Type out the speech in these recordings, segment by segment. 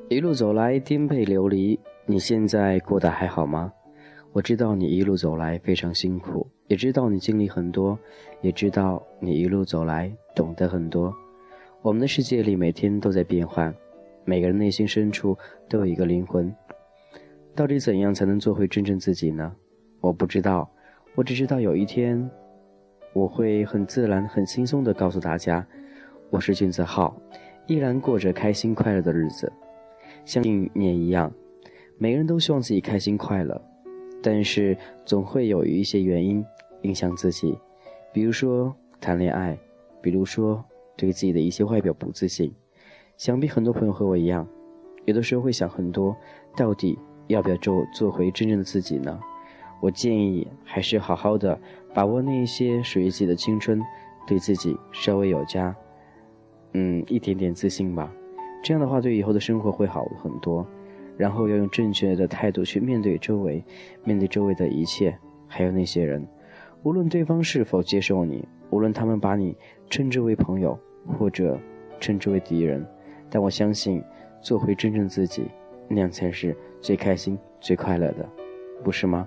一路走来颠沛流离，你现在过得还好吗？我知道你一路走来非常辛苦，也知道你经历很多，也知道你一路走来懂得很多。我们的世界里每天都在变换，每个人内心深处都有一个灵魂。到底怎样才能做回真正自己呢？我不知道，我只知道有一天我会很自然很轻松地告诉大家，我是俊子浩，依然过着开心快乐的日子。相信你也一样，每个人都希望自己开心快乐，但是总会有一些原因影响自己，比如说谈恋爱，比如说对自己的一些外表不自信。想必很多朋友和我一样，有的时候会想很多，到底要不要做回真正的自己呢？我建议还是好好的把握那一些属于自己的青春，对自己稍微有加一点点自信吧。这样的话对以后的生活会好很多，然后要用正确的态度去面对周围的一切，还有那些人，无论对方是否接受你，无论他们把你称之为朋友或者称之为敌人，但我相信做回真正自己，那样才是最开心最快乐的，不是吗？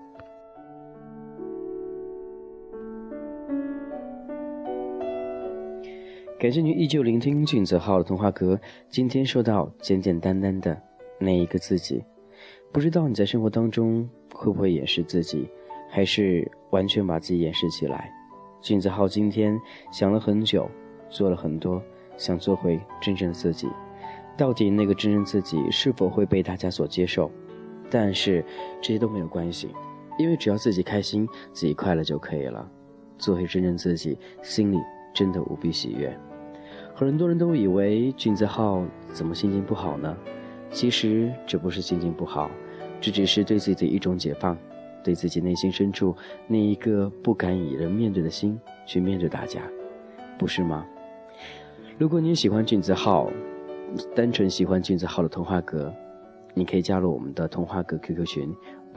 感谢你依旧聆听俊子浩的童话阁。今天说到简简单单的那一个自己，不知道你在生活当中会不会掩饰自己，还是完全把自己掩饰起来。俊子浩今天想了很久，做了很多，想做回真正的自己。到底那个真正自己是否会被大家所接受？但是这些都没有关系，因为只要自己开心，自己快乐就可以了。做回真正自己，心里真的无比喜悦。很多人都以为俊子浩怎么心情不好呢？其实这不是心情不好，这只是对自己的一种解放，对自己内心深处那一个不敢以人面对的心去面对大家，不是吗？如果你喜欢俊子浩，单纯喜欢俊子浩的童话阁，你可以加入我们的童话阁 QQ 群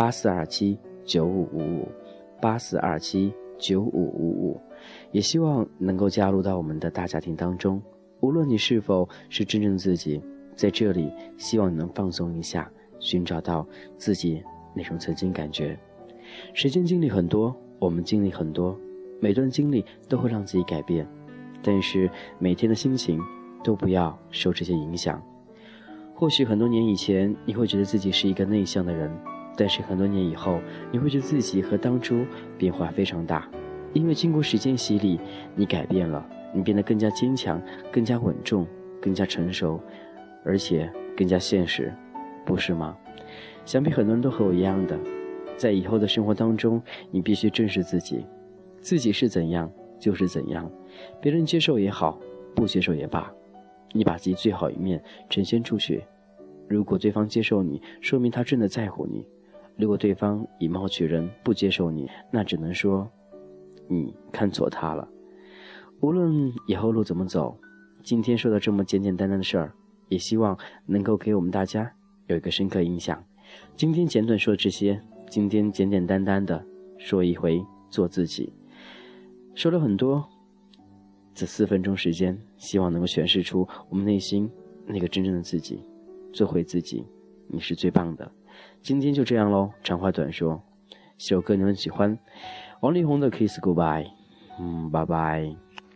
84279555，84279555，也希望能够加入到我们的大家庭当中。无论你是否是真正自己，在这里希望你能放松一下，寻找到自己那种曾经感觉。时间经历很多，我们经历很多，每段经历都会让自己改变，但是每天的心情都不要受这些影响。或许很多年以前你会觉得自己是一个内向的人，但是很多年以后你会觉得自己和当初变化非常大，因为经过时间洗礼，你改变了，你变得更加坚强，更加稳重，更加成熟，而且更加现实，不是吗？想必很多人都和我一样的，在以后的生活当中，你必须正视自己，自己是怎样就是怎样，别人接受也好，不接受也罢，你把自己最好一面呈现出去。如果对方接受你，说明他真的在乎你；如果对方以貌取人，不接受你，那只能说你看错他了。无论以后路怎么走，今天说的这么简简单单的事儿，也希望能够给我们大家有一个深刻印象。今天简短说这些，今天简简单单的说一回做自己，说了很多，这4分钟时间，希望能够诠释出我们内心那个真正的自己，做回自己，你是最棒的。今天就这样咯，长话短说，这首歌你们喜欢，王力宏的 Kiss Goodbye，拜拜。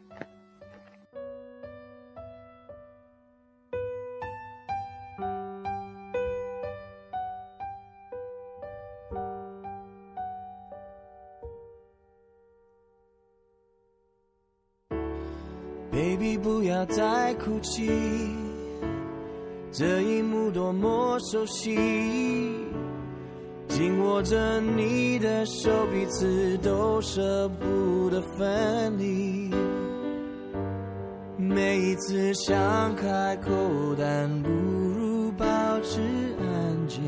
Baby 不要再哭泣，这一幕多么熟悉，紧握着你的手，彼此都舍不得分离。每一次想开口，但不如保持安静，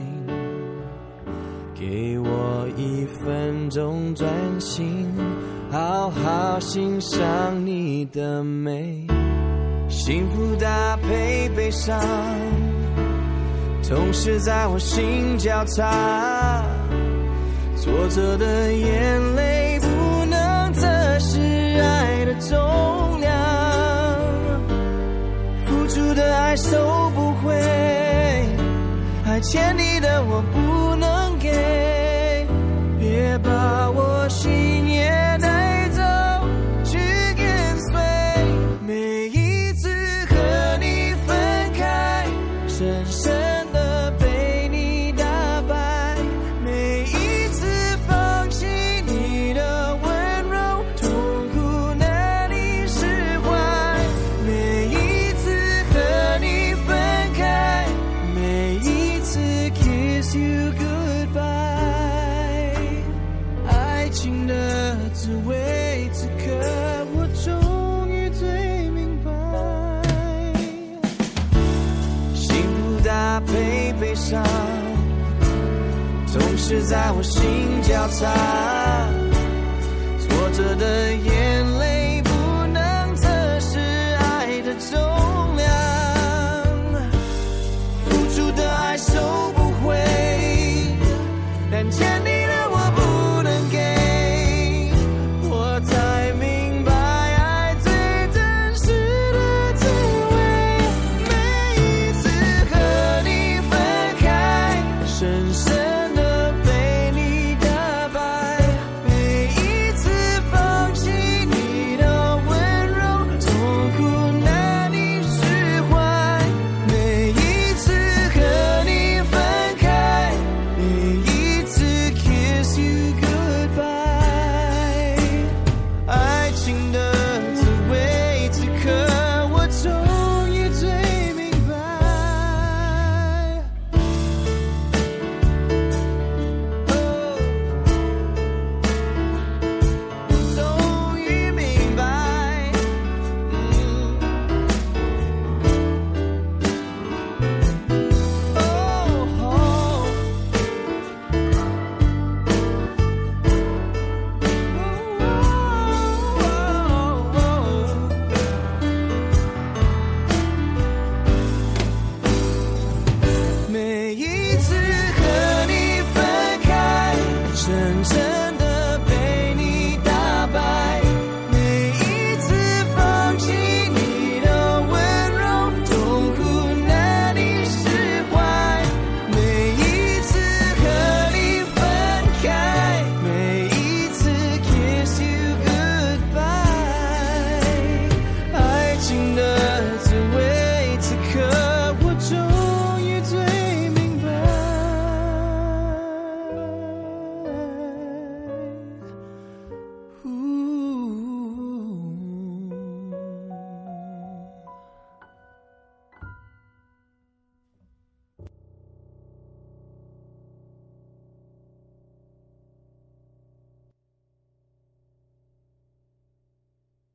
给我1分钟专心，好好欣赏你的美。幸福搭配悲伤，同时在我心交叉，挫折的眼泪不能测试爱的重量，付出的爱收不回， 还欠你的我不能给，别把我心也带走，去跟随。每一次和你分开，深深的被你打败，每一次放弃你的温柔，痛苦难以释怀。每一次和你分开，每一次 kiss you goodbye， 爱情的滋味，此刻我终于最明白。幸福搭配悲伤，总是在我心交叉，挫折的